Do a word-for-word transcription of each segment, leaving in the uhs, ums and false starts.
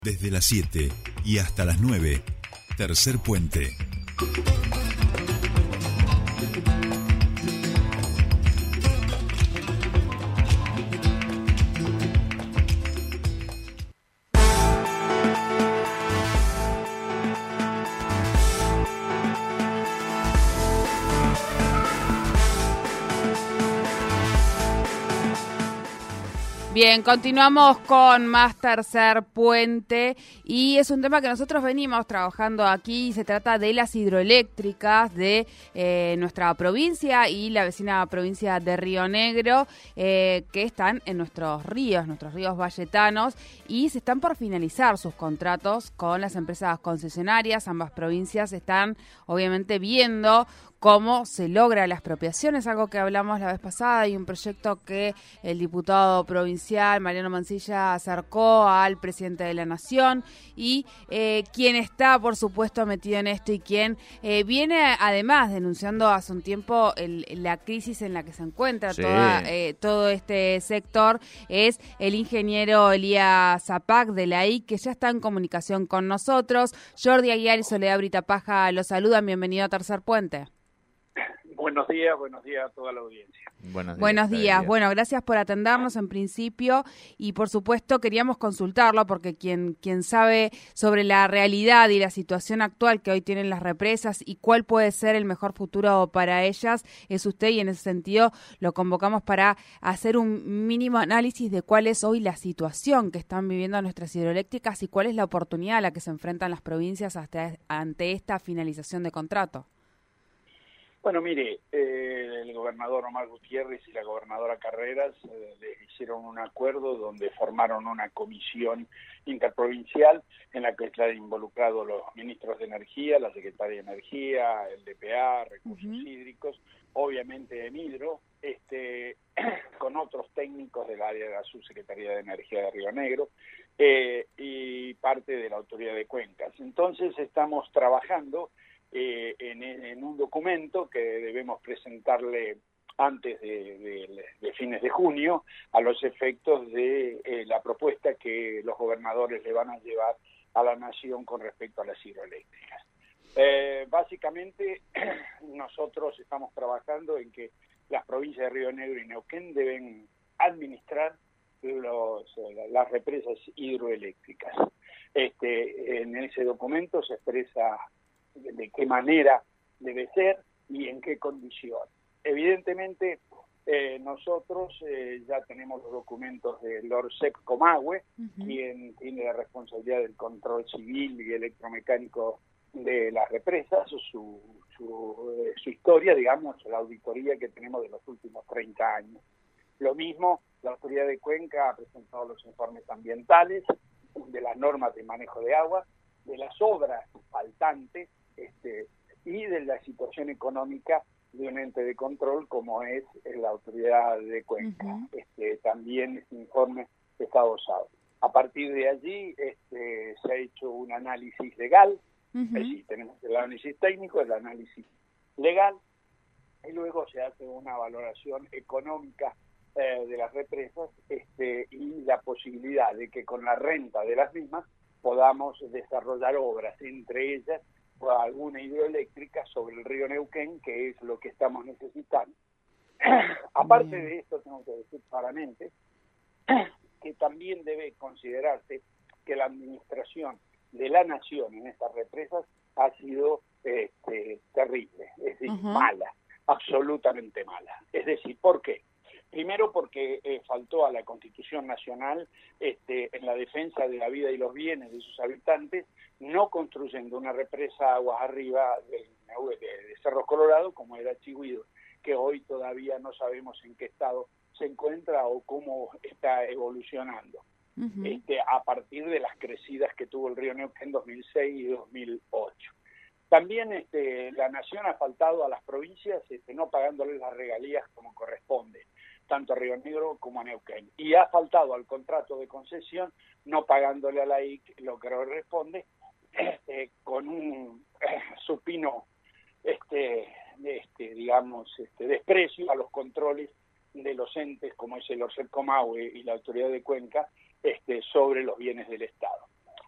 Desde las siete y hasta las nueve, Tercer Puente. Bien, continuamos con más Tercer Puente y es un tema que nosotros venimos trabajando aquí. Se trata de las hidroeléctricas de eh, nuestra provincia y la vecina provincia de Río Negro, eh, que están en nuestros ríos, nuestros ríos valletanos, y se están por finalizar sus contratos con las empresas concesionarias. Ambas provincias están obviamente viendo cómo se logra la expropiación. Es algo que hablamos la vez pasada. Hay un proyecto que el diputado provincial Mariano Mansilla acercó al presidente de la Nación y eh, quien está, por supuesto, metido en esto y quien eh, viene además denunciando hace un tiempo el, la crisis en la que se encuentra sí. toda, eh, todo este sector es el ingeniero Elías Zapac de la I C, que ya está en comunicación con nosotros. Jordi Aguiar y Soledad Brita Paja los saludan. Bienvenido a Tercer Puente. Buenos días, buenos días a toda la audiencia. Buenos días. Buenos días. Bueno, gracias por atendernos en principio y por supuesto queríamos consultarlo porque quien, quien sabe sobre la realidad y la situación actual que hoy tienen las represas y cuál puede ser el mejor futuro para ellas es usted, y en ese sentido lo convocamos para hacer un mínimo análisis de cuál es hoy la situación que están viviendo nuestras hidroeléctricas y cuál es la oportunidad a la que se enfrentan las provincias hasta, ante esta finalización de contrato. Bueno, mire, eh, el gobernador Omar Gutiérrez y la gobernadora Carreras eh, les hicieron un acuerdo donde formaron una comisión interprovincial en la que están involucrados los ministros de Energía, la Secretaría de Energía, el D P A, Recursos uh-huh. Hídricos, obviamente Emidro, este, con otros técnicos del área de la Subsecretaría de Energía de Río Negro eh, y parte de la Autoridad de Cuencas. Entonces estamos trabajando Eh, en, en un documento que debemos presentarle antes de, de, de fines de junio a los efectos de eh, la propuesta que los gobernadores le van a llevar a la nación con respecto a las hidroeléctricas. Eh, básicamente nosotros estamos trabajando en que las provincias de Río Negro y Neuquén deben administrar los, las represas hidroeléctricas. Este, en ese documento se expresa de qué manera debe ser y en qué condición. Evidentemente, eh, nosotros eh, ya tenemos los documentos del ORSEC Comahue, uh-huh. quien tiene la responsabilidad del control civil y electromecánico de las represas, su, su, eh, su historia, digamos, la auditoría que tenemos de los últimos treinta años. Lo mismo, la Autoridad de Cuenca ha presentado los informes ambientales, de las normas de manejo de agua, de las obras faltantes, Este, y de la situación económica de un ente de control como es la Autoridad de Cuenca. Uh-huh. Este, también este informe está dosado. A partir de allí este, se ha hecho un análisis legal, uh-huh. es decir, tenemos el análisis técnico, el análisis legal, y luego se hace una valoración económica eh, de las represas este, y la posibilidad de que con la renta de las mismas podamos desarrollar obras, entre ellas alguna hidroeléctrica sobre el río Neuquén, que es lo que estamos necesitando. Aparte de esto, tengo que decir claramente que también debe considerarse que la administración de la nación en estas represas ha sido este, terrible, es decir, uh-huh. mala, absolutamente mala. Es decir, ¿por qué? Primero porque eh, faltó a la Constitución Nacional este, en la defensa de la vida y los bienes de sus habitantes, no construyendo una represa aguas arriba de, de, de Cerro Colorado como era Chigüido, que hoy todavía no sabemos en qué estado se encuentra o cómo está evolucionando. Uh-huh. este, a partir de las crecidas que tuvo el río Neuquén en dos mil seis y dos mil ocho. También este, la Nación ha faltado a las provincias este, no pagándoles las regalías como corresponde, tanto a Río Negro como a Neuquén. Y ha faltado al contrato de concesión, no pagándole a la I C lo que corresponde, este, con un eh, supino, este, este, digamos, este, desprecio a los controles de los entes como es el ORSEC Comahue y la Autoridad de Cuenca este, sobre los bienes del Estado.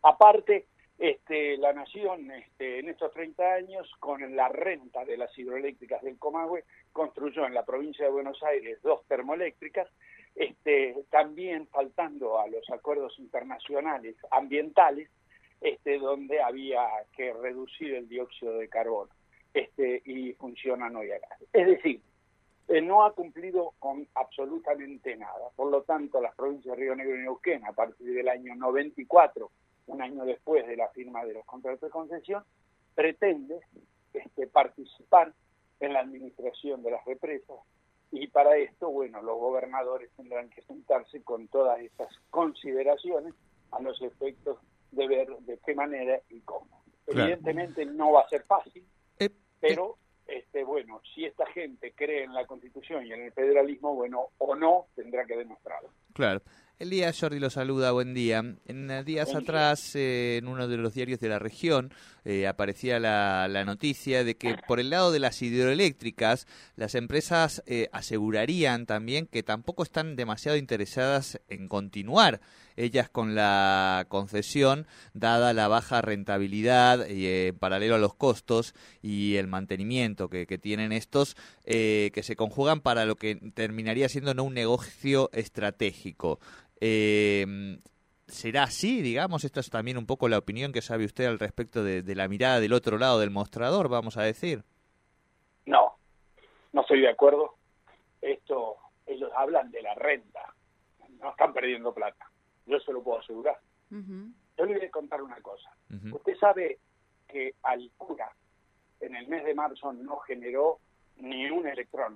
Aparte, este, la Nación este, en estos treinta años, con la renta de las hidroeléctricas del Comahue, construyó en la provincia de Buenos Aires dos termoeléctricas, este, también faltando a los acuerdos internacionales ambientales, este, donde había que reducir el dióxido de carbono, este, y funcionan hoy a gas. Es decir, eh, no ha cumplido con absolutamente nada. Por lo tanto, las provincias de Río Negro y Neuquén, a partir del año noventa y cuatro, un año después de la firma de los contratos de concesión, pretende este, participar en la administración de las represas, y para esto, bueno, los gobernadores tendrán que sentarse con todas estas consideraciones a los efectos de ver de qué manera y cómo. Claro. Evidentemente no va a ser fácil, eh, pero este, bueno, si esta gente cree en la Constitución y en el federalismo, bueno, o no, tendrá que demostrarlo. Claro. Elías Jordi lo saluda, buen día. En días buen atrás, eh, en uno de los diarios de la región, eh, aparecía la, la noticia de que por el lado de las hidroeléctricas, las empresas eh, asegurarían también que tampoco están demasiado interesadas en continuar ellas con la concesión, dada la baja rentabilidad eh, en paralelo a los costos y el mantenimiento que, que tienen estos, eh, que se conjugan para lo que terminaría siendo no un negocio estratégico. Eh, ¿Será así, digamos? Esto es también un poco la opinión que sabe usted al respecto de, de la mirada del otro lado del mostrador, vamos a decir. No, no estoy de acuerdo. Esto, ellos hablan de la renta, no están perdiendo plata, yo se lo puedo asegurar. Uh-huh. Yo le voy a contar una cosa. Uh-huh. Usted sabe que Alcura en el mes de marzo no generó ni un electrón,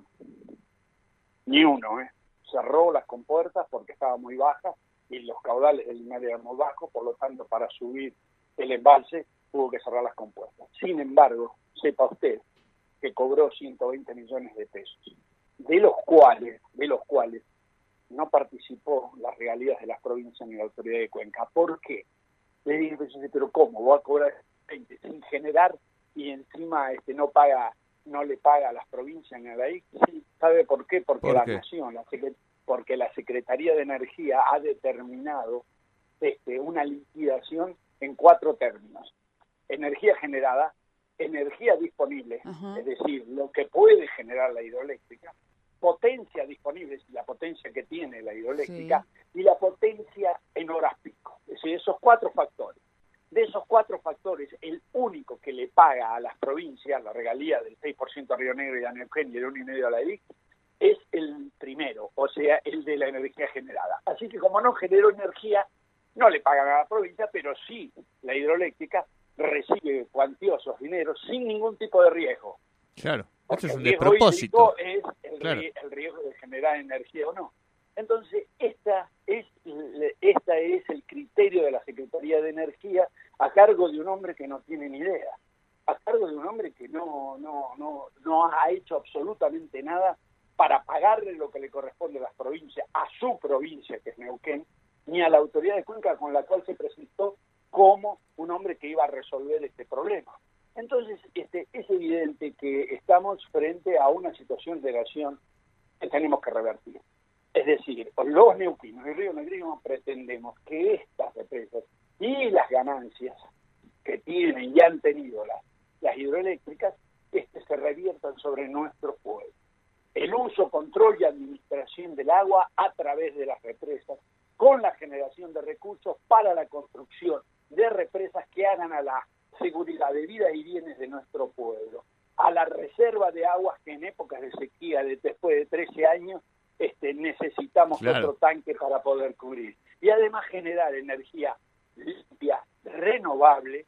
ni uno, ¿eh? Cerró las compuertas porque estaba muy baja y los caudales del Linares eran muy bajos, por lo tanto, para subir el embalse tuvo que cerrar las compuertas. Sin embargo, sepa usted que cobró ciento veinte millones de pesos, de los cuales, de los cuales no participó las regalías de las provincias ni la autoridad de Cuenca. ¿Por qué? Le dije, pero ¿cómo? ¿Voy a cobrar veinte sin generar y encima este no paga no le paga a las provincias ni a la I C? Sí, ¿sabe por qué? Porque ¿Por la qué? Nación, la porque la Secretaría de Energía ha determinado este, una liquidación en cuatro términos. Energía generada, energía disponible, uh-huh. es decir, lo que puede generar la hidroeléctrica, potencia disponible, la potencia que tiene la hidroeléctrica, sí. y la potencia en horas pico. Es decir, esos cuatro factores. De esos cuatro factores, el único que le paga a las provincias la regalía del seis por ciento a Río Negro y a Neuquén y el uno coma cinco por ciento a la E D I C es el primero, o sea, el de la energía generada. Así que como no generó energía, no le pagan a la provincia, pero sí la hidroeléctrica recibe cuantiosos dineros sin ningún tipo de riesgo. Claro, eso es un despropósito. Es el, claro. el riesgo de generar energía o no. Entonces, esta es, esta es el criterio de la Secretaría de Energía a cargo de un hombre que no tiene ni idea, a cargo de un hombre que no, no, no, no ha hecho absolutamente nada para pagarle lo que le corresponde a las provincias, a su provincia, que es Neuquén, ni a la autoridad de Cuenca con la cual se presentó como un hombre que iba a resolver este problema. Entonces, este, es evidente que estamos frente a una situación de nación que tenemos que revertir. Es decir, los neuquinos y Río Negro pretendemos que estas represas y las ganancias que tienen y han tenido las, las hidroeléctricas este, se reviertan sobre nuestro pueblo. El uso, control y administración del agua a través de las represas, con la generación de recursos para la construcción de represas que hagan a la seguridad de vida y bienes de nuestro pueblo, a la reserva de aguas que en épocas de sequía de después de trece años este, necesitamos claro. otro tanque para poder cubrir. Y además generar energía limpia, renovable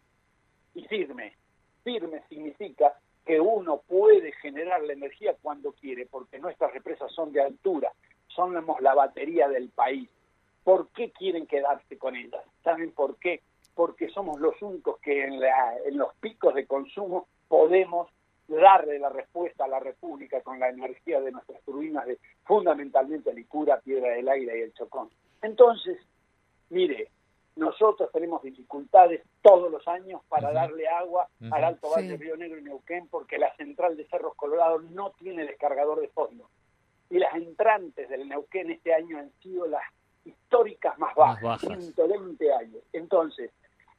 y firme. Firme significa que uno puede generar la energía cuando quiere, porque nuestras represas son de altura, somos la batería del país. ¿Por qué quieren quedarse con ellas? ¿Saben por qué? Porque somos los únicos que en, la, en los picos de consumo podemos darle la respuesta a la República con la energía de nuestras turbinas, de fundamentalmente Licura, Piedra del Águila y el Chocón. Entonces, mire, nosotros tenemos dificultades todos los años para uh-huh. darle agua uh-huh. al Alto Valle, sí. Río Negro y Neuquén, porque la central de Cerros Colorados no tiene descargador de fondo. Y las entrantes del Neuquén este año han sido las históricas más bajas, más bajas. ciento veinte años. Entonces,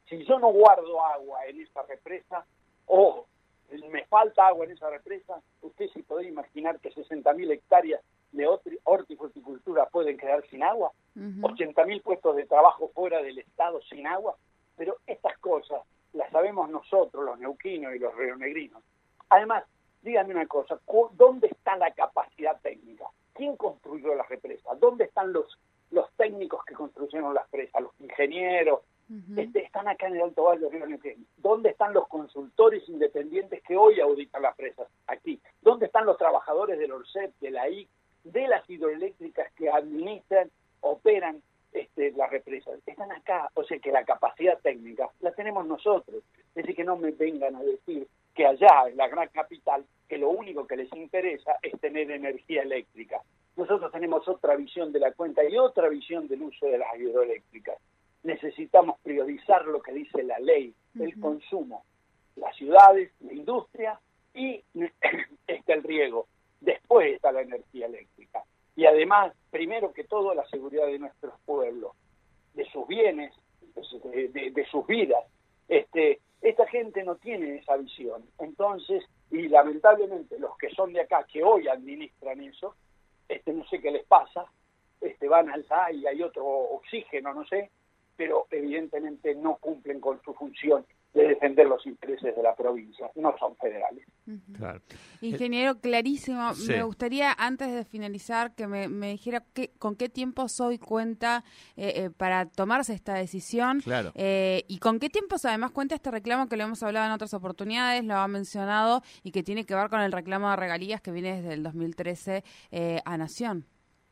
Si yo no guardo agua en esa represa, o me falta agua en esa represa, usted se podría imaginar que sesenta mil hectáreas de hortifruticultura pueden quedar sin agua, uh-huh. ochenta mil puestos de trabajo fuera del Estado sin agua, pero estas cosas las sabemos nosotros, los neuquinos y los rionegrinos. Además, díganme una cosa, ¿dónde está la capacidad técnica? ¿Quién construyó las represas? ¿Dónde están los, los técnicos que construyeron las presas? ¿Los ingenieros? Uh-huh. Este, están acá en el Alto Valle de Río Neuquén. ¿Dónde están los consultores independientes que hoy auditan las presas? Aquí. ¿Dónde están los trabajadores del Orset, de la I C, de las hidroeléctricas que administran, operan este, las represas? Están acá. O sea que la capacidad técnica la tenemos nosotros. Es decir, que no me vengan a decir que allá, en la gran capital, que lo único que les interesa es tener energía eléctrica. Nosotros tenemos otra visión de la cuenta y otra visión del uso de las hidroeléctricas. Necesitamos priorizar lo que dice la ley, uh-huh. el consumo, las ciudades, la industria y está el riego. Después está la energía eléctrica. Y además, primero que todo, la seguridad de nuestros pueblos, de sus bienes, de, de, de sus vidas. Este, esta gente no tiene esa visión. Entonces, y lamentablemente los que son de acá, que hoy administran eso, este, no sé qué les pasa, este, van allá y hay otro oxígeno, no sé, pero evidentemente no cumplen con su función de defender los intereses de la provincia, no son federales. Uh-huh. Claro. Ingeniero, clarísimo. Sí. Me gustaría, antes de finalizar, que me, me dijera qué, con qué tiempo Soy cuenta eh, eh, para tomarse esta decisión, claro. eh, y con qué tiempos además cuenta este reclamo que lo hemos hablado en otras oportunidades, lo ha mencionado, y que tiene que ver con el reclamo de regalías que viene desde el dos mil trece eh, a Nación.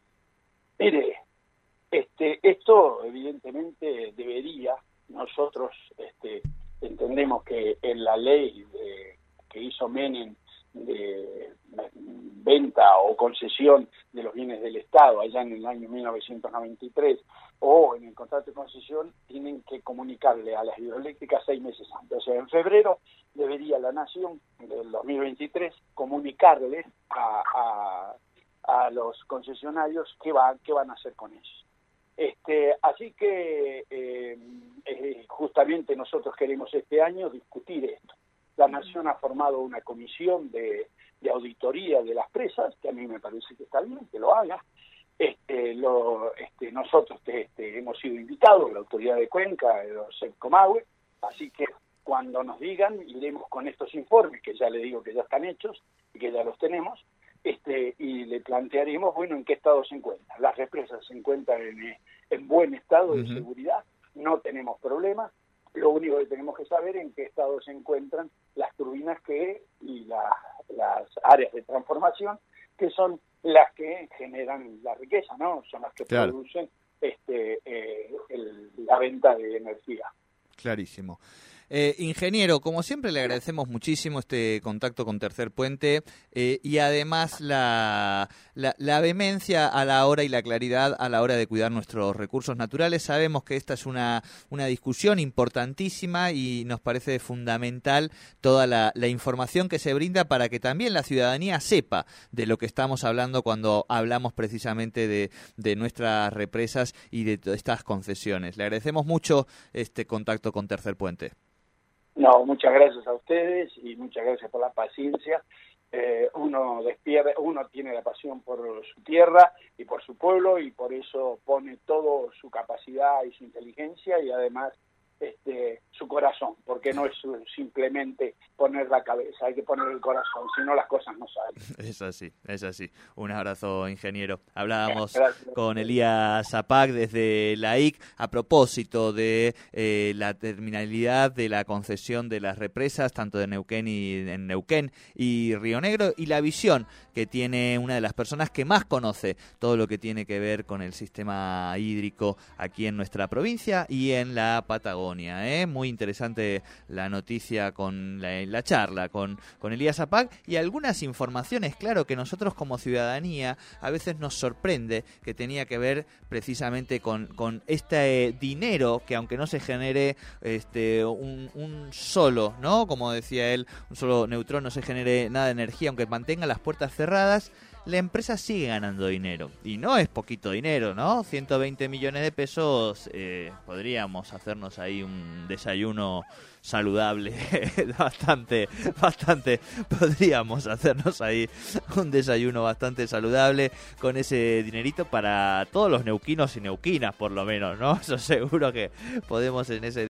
Mire, este, esto evidentemente debería, nosotros este, entendemos que en la ley de, que hizo Menem de venta o concesión de los bienes del Estado allá en el año mil novecientos noventa y tres o en el contrato de concesión, tienen que comunicarle a las hidroeléctricas seis meses antes. O sea, en febrero debería la Nación del dos mil veintitrés comunicarles a, a, a los concesionarios qué, va, qué van a hacer con ellos. Este, así que eh, eh, justamente nosotros queremos este año discutir esto. La Nación ha formado una comisión de, de auditoría de las presas, que a mí me parece que está bien que lo haga. Este, lo, este, nosotros este, hemos sido invitados, la autoridad de Cuenca, el Comahue, así que cuando nos digan, iremos con estos informes, que ya le digo que ya están hechos y que ya los tenemos, este, y le plantearemos, bueno, en qué estado se encuentran. Las represas se encuentran en, en buen estado de uh-huh. seguridad, no tenemos problemas. Lo único que tenemos que saber es en qué estado se encuentran las turbinas que y la, las áreas de transformación, que son las que generan la riqueza, ¿no? Son las que claro. producen este, eh, el, la venta de energía. Clarísimo. Eh, ingeniero, como siempre le agradecemos muchísimo este contacto con Tercer Puente eh, y además la, la, la vehemencia a la hora y la claridad a la hora de cuidar nuestros recursos naturales. Sabemos que esta es una, una discusión importantísima y nos parece fundamental toda la, la información que se brinda para que también la ciudadanía sepa de lo que estamos hablando cuando hablamos precisamente de, de nuestras represas y de estas concesiones. Le agradecemos mucho este contacto con Tercer Puente. No, muchas gracias a ustedes y muchas gracias por la paciencia. Eh, uno despierta, uno tiene la pasión por su tierra y por su pueblo y por eso pone toda su capacidad y su inteligencia y además este, su corazón, porque no es simplemente poner la cabeza, hay que poner el corazón, si no las cosas no salen. Es así, es así. Un abrazo, ingeniero. Hablábamos Gracias. con Elías Zapac desde la I C a propósito de eh, la terminalidad de la concesión de las represas, tanto de Neuquén y en Neuquén y Río Negro, y la visión que tiene una de las personas que más conoce todo lo que tiene que ver con el sistema hídrico aquí en nuestra provincia y en la Patagonia. ¿eh? Muy interesante la noticia con la, la charla con, con Elías Zapac y algunas informaciones, claro, que nosotros como ciudadanía a veces nos sorprende, que tenía que ver precisamente con, con este dinero que aunque no se genere este un, un solo, ¿no? Como decía él, un solo neutrón, no se genere nada de energía, aunque mantenga las puertas cerradas, la empresa sigue ganando dinero. Y no es poquito dinero, ¿no? ciento veinte millones de pesos, eh, podríamos hacernos ahí un desayuno saludable, bastante, bastante, podríamos hacernos ahí un desayuno bastante saludable con ese dinerito para todos los neuquinos y neuquinas, por lo menos, ¿no? Eso seguro que podemos en ese